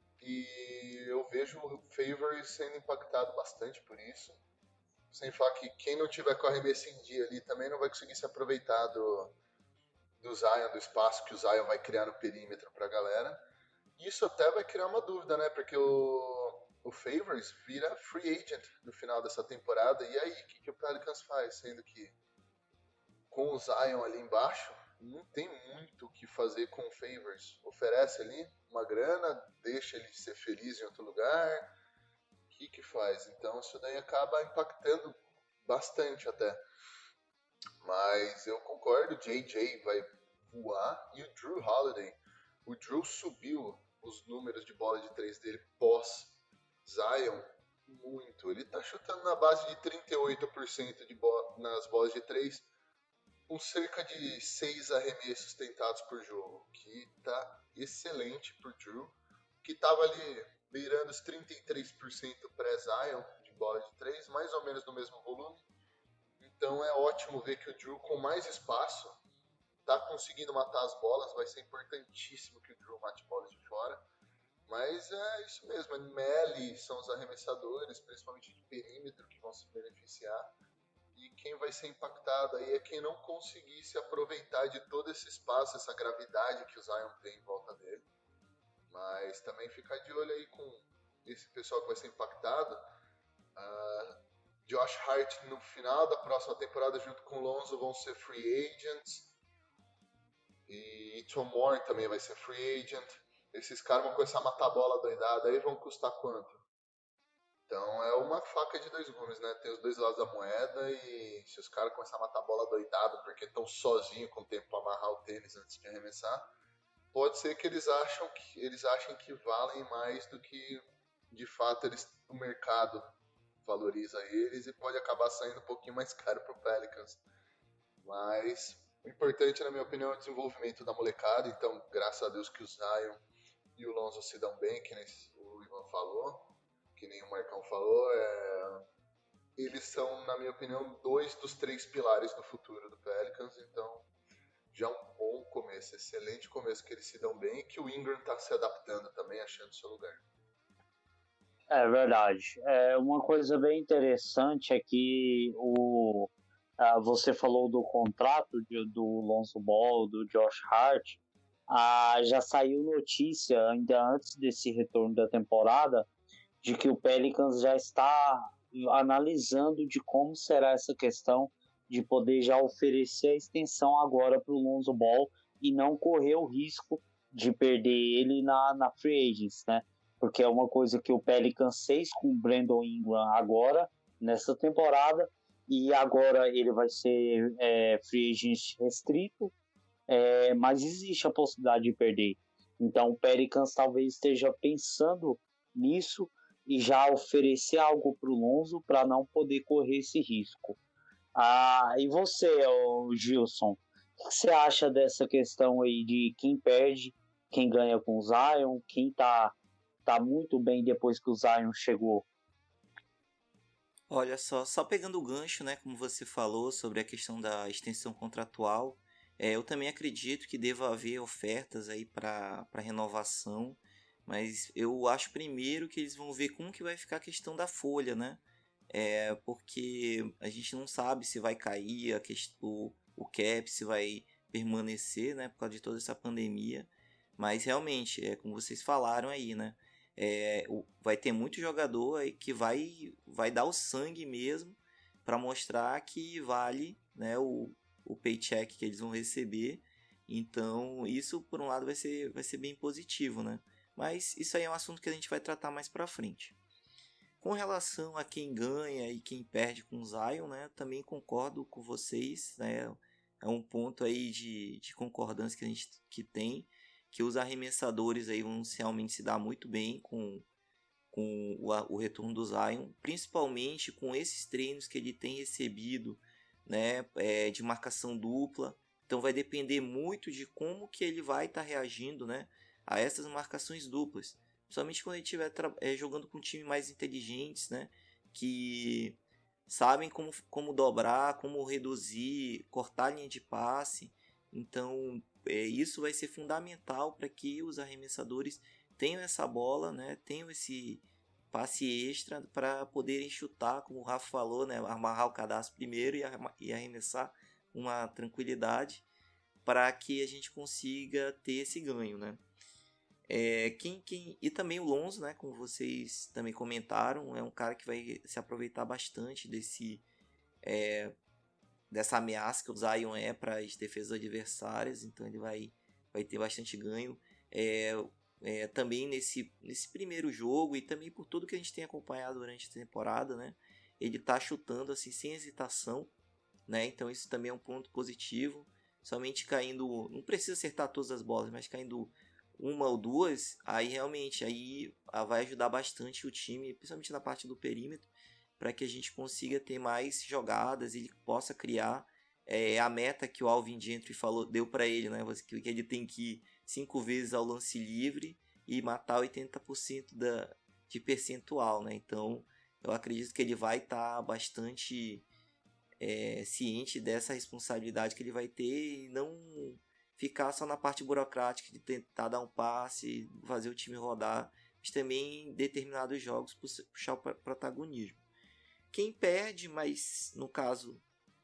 E eu vejo o Favors sendo impactado bastante por isso. Sem falar que quem não tiver com arremesso em dia ali também não vai conseguir se aproveitar do, do Zion, do espaço que o Zion vai criar no perímetro pra galera. Isso até vai criar uma dúvida, né? Porque o, o Favors vira free agent no final dessa temporada. E aí, o que, que o Pelicans faz? Sendo que com o Zion ali embaixo, não tem muito o que fazer com o Favors. Oferece ali uma grana, deixa ele ser feliz em outro lugar. O que que faz? Então isso daí acaba impactando bastante até. Mas eu concordo, o J J vai voar e o Drew Holiday. O Drew subiu os números de bola de três dele pós-Zion muito. Ele tá chutando na base de trinta e oito por cento de bola, nas bolas de três, com cerca de seis arremessos tentados por jogo, que tá excelente pro Drew, que tava ali beirando os trinta e três por cento pré-Zion de bola de três, mais ou menos no mesmo volume. Então é ótimo ver que o Drew, com mais espaço, tá conseguindo matar as bolas. Vai ser importantíssimo que o Drew mate bolas de fora. Mas é isso mesmo, a Melly são os arremessadores, principalmente de perímetro, que vão se beneficiar. E quem vai ser impactado aí é quem não conseguir se aproveitar de todo esse espaço, essa gravidade que o Zion tem em volta dele. Mas também ficar de olho aí com esse pessoal que vai ser impactado. Uh, Josh Hart no final da próxima temporada junto com o Lonzo vão ser free agents. E Tom Moore também vai ser free agent. Esses caras vão começar a matar a bola doidada, aí vão custar quanto? Então é uma faca de dois gumes, né? Tem os dois lados da moeda e se os caras começarem a matar a bola doidado porque estão sozinhos com o tempo para amarrar o tênis antes de arremessar, pode ser que eles acham que eles achem que valem mais do que de fato eles, o mercado valoriza eles, e pode acabar saindo um pouquinho mais caro pro Pelicans. Mas o importante, na minha opinião, é o desenvolvimento da molecada. Então, graças a Deus que o Zion e o Lonzo se dão bem, que nem o Ivan falou, que nem o Marcão falou. É... Eles são, na minha opinião, dois dos três pilares do futuro do Pelicans. Então, já é um bom começo, excelente começo que eles se dão bem e que o Ingram está se adaptando também, achando seu lugar. É verdade. É, uma coisa bem interessante é que o, ah, você falou do contrato de, do Lonzo Ball, do Josh Hart. Ah, já saiu notícia, ainda antes desse retorno da temporada, de que o Pelicans já está analisando de como será essa questão de poder já oferecer a extensão agora para o Lonzo Ball e não correr o risco de perder ele na, na Free Agents, né? Porque é uma coisa que o Pelicans fez com o Brandon Ingram agora, nessa temporada, e agora ele vai ser é, Free Agent restrito, é, mas existe a possibilidade de perder. Então o Pelicans talvez esteja pensando nisso e já oferecer algo para o Lonzo para não poder correr esse risco. Ah, e você, Gilson, o que você acha dessa questão aí de quem perde, quem ganha com o Zion, quem tá, tá muito bem depois que o Zion chegou? Olha só, só pegando o gancho, né, como você falou sobre a questão da extensão contratual, é, eu também acredito que deva haver ofertas aí para renovação, mas eu acho primeiro que eles vão ver como que vai ficar a questão da folha, né? É, porque a gente não sabe se vai cair a questão, o, o cap, se vai permanecer, né, por causa de toda essa pandemia. Mas realmente, é como vocês falaram aí, né? É, o, vai ter muito jogador aí que vai, vai dar o sangue mesmo para mostrar que vale, né, o, o paycheck que eles vão receber. Então, isso por um lado vai ser, vai ser bem positivo, né? Mas isso aí é um assunto que a gente vai tratar mais para frente. Com relação a quem ganha e quem perde com o Zion, né, também concordo com vocês, né, é um ponto aí de, de concordância que a gente que tem. que os arremessadores aí vão realmente se dar muito bem com, com o, o retorno do Zion, principalmente com esses treinos que ele tem recebido, né, é, de marcação dupla. Então vai depender muito de como que ele vai estar tá reagindo, né, a essas marcações duplas. Principalmente quando ele estiver é, jogando com times mais inteligentes, né, que sabem como, como dobrar, como reduzir, cortar a linha de passe. Então é, isso vai ser fundamental para que os arremessadores tenham essa bola, né, tenham esse passe extra para poderem chutar, como o Rafa falou, né, amarrar o cadastro primeiro e arremessar uma tranquilidade para que a gente consiga ter esse ganho, né. É, quem, quem, e também o Lonzo, né, como vocês também comentaram, é um cara que vai se aproveitar bastante desse, é, dessa ameaça que o Zion é para as defesas adversárias, então ele vai, vai ter bastante ganho. É, é, também nesse, nesse primeiro jogo e também por tudo que a gente tem acompanhado durante a temporada, né, ele está chutando assim, sem hesitação, né, então isso também é um ponto positivo, somente caindo, não precisa acertar todas as bolas, mas caindo uma ou duas, aí realmente aí vai ajudar bastante o time, principalmente na parte do perímetro, para que a gente consiga ter mais jogadas e ele possa criar é, a meta que o Alvin Gentry falou, deu para ele, né? Que ele tem que ir cinco vezes ao lance livre e matar oitenta por cento da, de percentual, né? Então eu acredito que ele vai estar tá bastante é, ciente dessa responsabilidade que ele vai ter e não ficar só na parte burocrática de tentar dar um passe, fazer o time rodar, mas também em determinados jogos puxar o protagonismo. Quem perde, mas no caso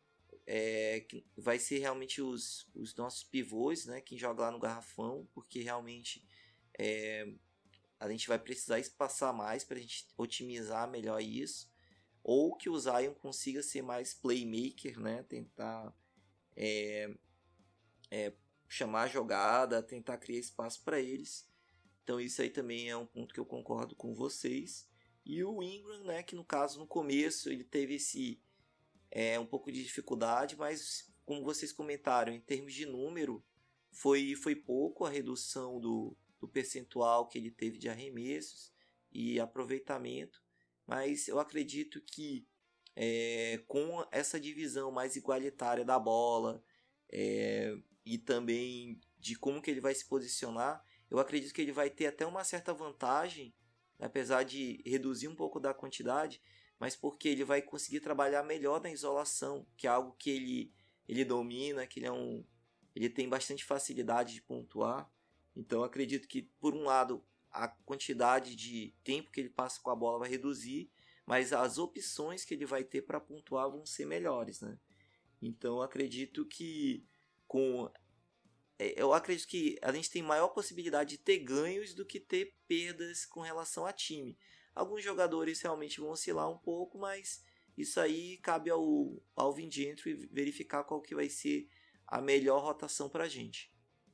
é, vai ser realmente os, os nossos pivôs, né, quem joga lá no garrafão, porque realmente é, a gente vai precisar espaçar mais para a gente otimizar melhor isso, ou que o Zion consiga ser mais playmaker, né, tentar é, é, chamar a jogada, tentar criar espaço para eles. Então isso aí também é um ponto que eu concordo com vocês. E o Ingram, né, que no caso no começo ele teve esse é, um pouco de dificuldade, mas como vocês comentaram, em termos de número, foi, foi pouco a redução do, do percentual que ele teve de arremessos e aproveitamento, mas eu acredito que é, com essa divisão mais igualitária da bola, é, e também de como que ele vai se posicionar, eu acredito que ele vai ter até uma certa vantagem, apesar de reduzir um pouco da quantidade, mas porque ele vai conseguir trabalhar melhor na isolação, que é algo que ele, ele domina, que ele, é um, ele tem bastante facilidade de pontuar. Então eu acredito que, por um lado, a quantidade de tempo que ele passa com a bola vai reduzir, mas as opções que ele vai ter para pontuar vão ser melhores, né? Então eu acredito que com eu acredito que a gente tem maior possibilidade de ter ganhos do que ter perdas com relação a time. Alguns jogadores realmente vão oscilar um pouco, mas isso aí cabe ao Alvin Gentry verificar qual que vai ser a melhor rotação para a gente.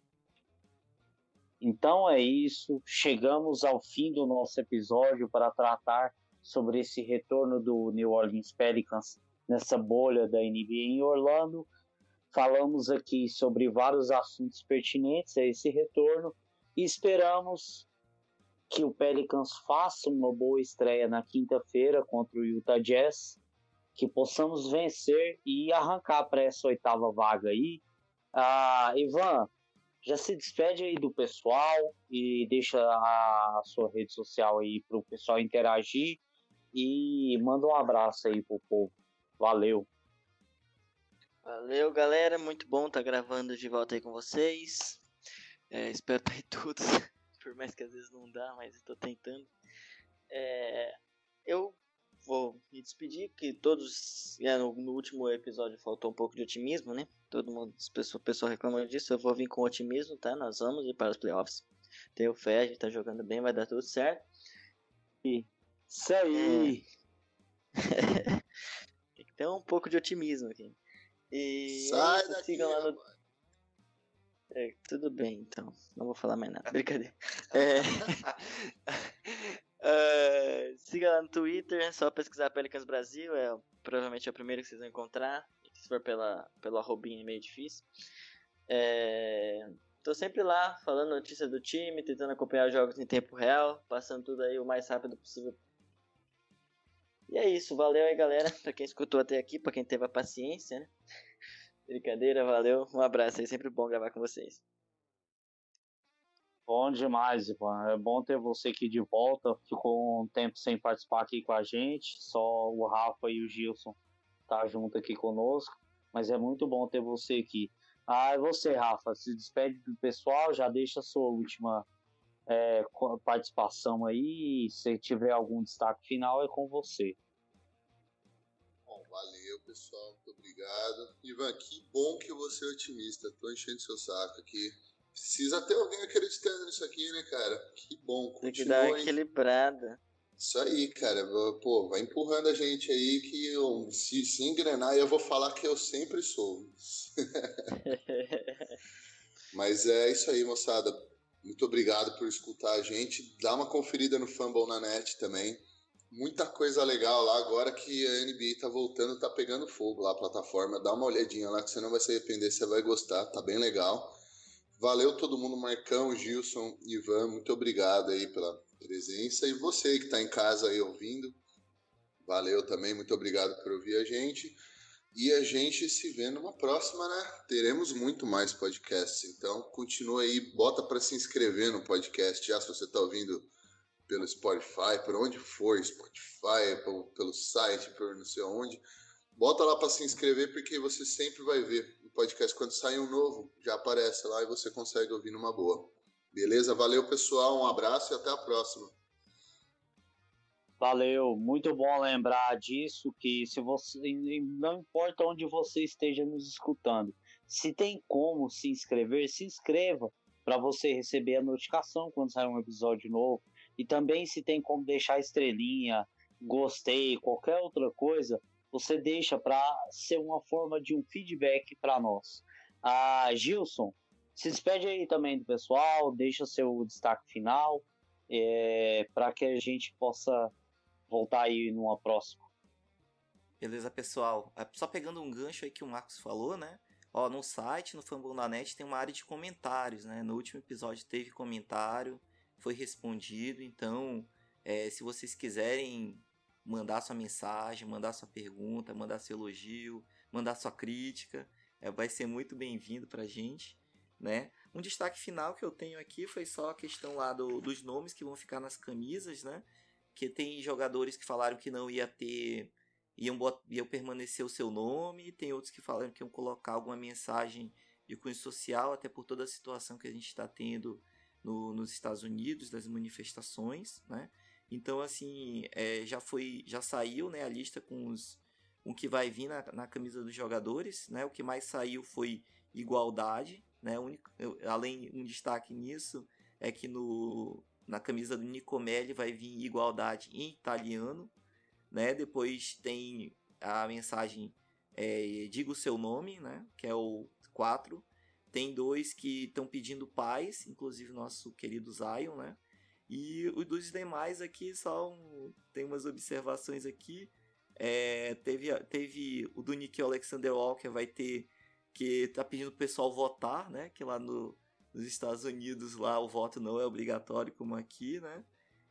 Então é isso, chegamos ao fim do nosso episódio para tratar sobre esse retorno do New Orleans Pelicans nessa bolha da N B A em Orlando. Falamos aqui sobre vários assuntos pertinentes a esse retorno e esperamos que o Pelicans faça uma boa estreia na quinta-feira contra o Utah Jazz, que possamos vencer e arrancar para essa oitava vaga aí. Ah, Ivan, já se despede aí do pessoal e deixa a sua rede social aí para o pessoal interagir e manda um abraço aí pro povo. Valeu! Valeu, galera. Muito bom estar gravando de volta aí com vocês. É, espero estar em tudo. Por mais que às vezes não dá, mas estou tentando. É, eu vou me despedir, porque todos... É, no, no último episódio faltou um pouco de otimismo, né? Todo mundo, o pessoal reclama disso. Eu vou vir com otimismo, tá? Nós vamos ir para os playoffs. Tenho fé, a gente tá jogando bem, vai dar tudo certo. E... Isso aí! É... Tem que ter um pouco de otimismo aqui. E Sai é isso, daqui, sigam lá no... É, tudo bem, então. Não vou falar mais nada. Brincadeira. É... uh, siga lá no Twitter, é só pesquisar Pelicans Brasil. É, provavelmente é o primeiro que vocês vão encontrar. Se for pela, pelo arrobinha é meio difícil. É... tô sempre lá, falando notícias do time, tentando acompanhar os jogos em tempo real, passando tudo aí o mais rápido possível. E é isso, valeu aí, galera, pra quem escutou até aqui, pra quem teve a paciência, né? Brincadeira, valeu, um abraço aí, sempre bom gravar com vocês. Bom demais, Ivan. É bom ter você aqui de volta. Ficou um tempo sem participar aqui com a gente. Só o Rafa e o Gilson tá junto aqui conosco. Mas é muito bom ter você aqui. Ah, e você, Rafa, se despede do pessoal, já deixa a sua última é, participação aí. Se tiver algum destaque final, é com você. Bom, valeu, pessoal. Muito obrigado. Ivan, que bom que você é otimista. Tô enchendo seu saco aqui. Precisa ter alguém acreditando nisso aqui, né, cara? Que bom, continua. Tem que dar uma equilibrada. Isso aí, cara. Pô, vai empurrando a gente aí que eu, se, se engrenar eu vou falar que eu sempre sou. Mas é isso aí, moçada. Muito obrigado por escutar a gente. Dá uma conferida no Fumble na Net também. Muita coisa legal lá. Agora que a N B A tá voltando, tá pegando fogo lá a plataforma. Dá uma olhadinha lá que você não vai se arrepender, você vai gostar. Tá bem legal. Valeu todo mundo, Marcão, Gilson, Ivan, muito obrigado aí pela presença. E você que está em casa aí ouvindo, valeu também, muito obrigado por ouvir a gente. E a gente se vê numa próxima, né? Teremos muito mais podcasts, então continua aí, bota para se inscrever no podcast, já se você está ouvindo pelo Spotify, por onde for, Spotify, pelo, pelo site, por não sei onde. Bota lá para se inscrever, porque você sempre vai ver o podcast. Quando sai um novo, já aparece lá e você consegue ouvir numa boa. Beleza? Valeu, pessoal. Um abraço e até a próxima. Valeu. Muito bom lembrar disso, que se você, não importa onde você esteja nos escutando, se tem como se inscrever, se inscreva para você receber a notificação quando sair um episódio novo. E também se tem como deixar estrelinha, gostei, qualquer outra coisa, você deixa para ser uma forma de um feedback para nós. Ah, Gilson, se despede aí também do pessoal, deixa seu destaque final, é, para que a gente possa voltar aí numa próxima. Beleza, pessoal. Só pegando um gancho aí que o Marcos falou, né? Ó, no site, no Fumble na Net, tem uma área de comentários, né? No último episódio teve comentário, foi respondido, então, é, se vocês quiserem mandar sua mensagem, mandar sua pergunta, mandar seu elogio, mandar sua crítica, é, vai ser muito bem-vindo pra gente, né? Um destaque final que eu tenho aqui foi só a questão lá do, dos nomes que vão ficar nas camisas, né? Que tem jogadores que falaram que não ia ter, iam, iam permanecer o seu nome, tem outros que falaram que iam colocar alguma mensagem de cunho social, até por toda a situação que a gente está tendo no, nos Estados Unidos, das manifestações, né? Então, assim, é, já foi, já saiu, né, a lista com os, com o que vai vir na, na camisa dos jogadores, né? O que mais saiu foi igualdade, né? O único, além, um destaque nisso é que no, na camisa do Nicomelli vai vir igualdade em italiano, né? Depois tem a mensagem é, diga o seu nome, né? Que é o quatro. Tem dois que estão pedindo paz, inclusive o nosso querido Zion, né? E os dos demais aqui, só um, tem umas observações aqui. É, teve, teve o do Nick Alexander Walker, vai ter, que tá pedindo o pessoal votar, né? Que lá no, nos Estados Unidos lá o voto não é obrigatório como aqui, né?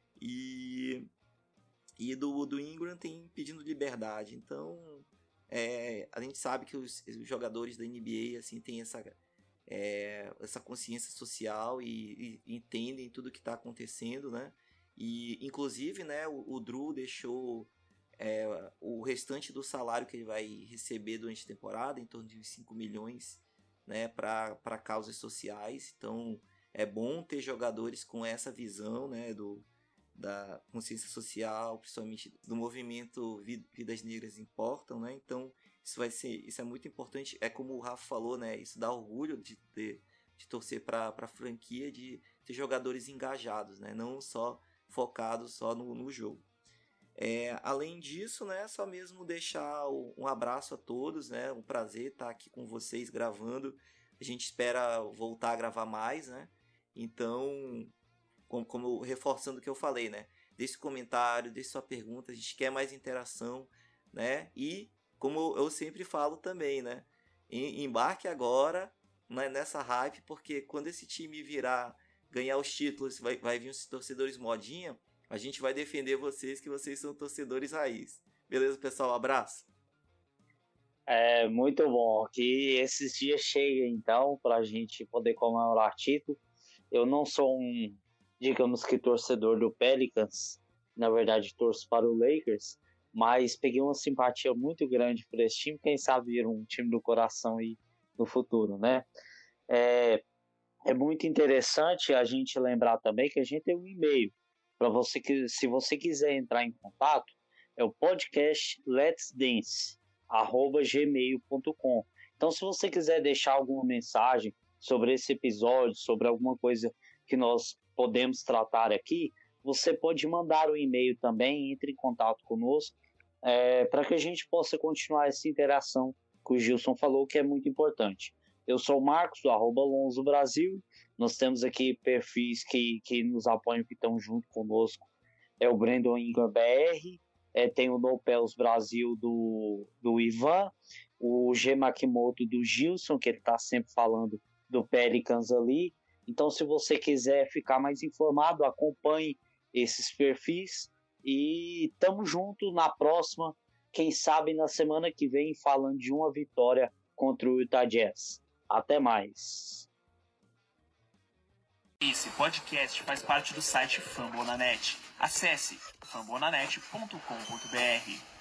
E, e do, do Ingram tem pedindo liberdade. Então, é, a gente sabe que os, os jogadores da N B A assim, tem essa... É, essa consciência social e, e entendem tudo que está acontecendo, né? E inclusive, né, o, o Drew deixou é, o restante do salário que ele vai receber durante a temporada, em torno de cinco milhões, né, para causas sociais. Então é bom ter jogadores com essa visão, né, do, da consciência social, principalmente do movimento Vidas Negras Importam, né? Então isso vai ser, isso é muito importante. É como o Rafa falou, né? Isso dá orgulho de ter, de torcer para a franquia, de ter jogadores engajados, né? Não só focados só no, no jogo. É, além disso, né? Só mesmo deixar um abraço a todos, né? Um prazer estar aqui com vocês gravando. A gente espera voltar a gravar mais, né? Então, como, como reforçando o que eu falei, né? Deixe comentário, deixe sua pergunta. A gente quer mais interação, né? E como eu sempre falo também, né? Embarque agora né, nessa hype, porque quando esse time virar, ganhar os títulos, vai, vai vir os torcedores modinha, a gente vai defender vocês, que vocês são torcedores raiz. Beleza, pessoal? Abraço. É muito bom que esses dias cheguem, então, para a gente poder comemorar título. Eu não sou um, digamos que, torcedor do Pelicans, na verdade torço para o Lakers, mas peguei uma simpatia muito grande por esse time, quem sabe vir um time do coração aí no futuro, né? É, é muito interessante a gente lembrar também que a gente tem um e-mail, para você que, se você quiser entrar em contato, é o podcast Let's Dance, arroba gmail ponto com. Então, se você quiser deixar alguma mensagem sobre esse episódio, sobre alguma coisa que nós podemos tratar aqui, você pode mandar um e-mail também, entre em contato conosco, é, para que a gente possa continuar essa interação que o Gilson falou, que é muito importante. Eu sou o Marcos, do arroba Lonzo Brasil. Nós temos aqui perfis que, que nos apoiam, que estão junto conosco. É o Brandon Ingram B R, é, tem o No Pels Brasil do, do Ivan, o G Makimoto do Gilson, que ele está sempre falando do Pelicans ali. Então, se você quiser ficar mais informado, acompanhe esses perfis e tamo junto na próxima, quem sabe na semana que vem, falando de uma vitória contra o Utah Jazz. Até mais. Esse podcast faz parte do site Fambonanet. Acesse fambonanet ponto com ponto br.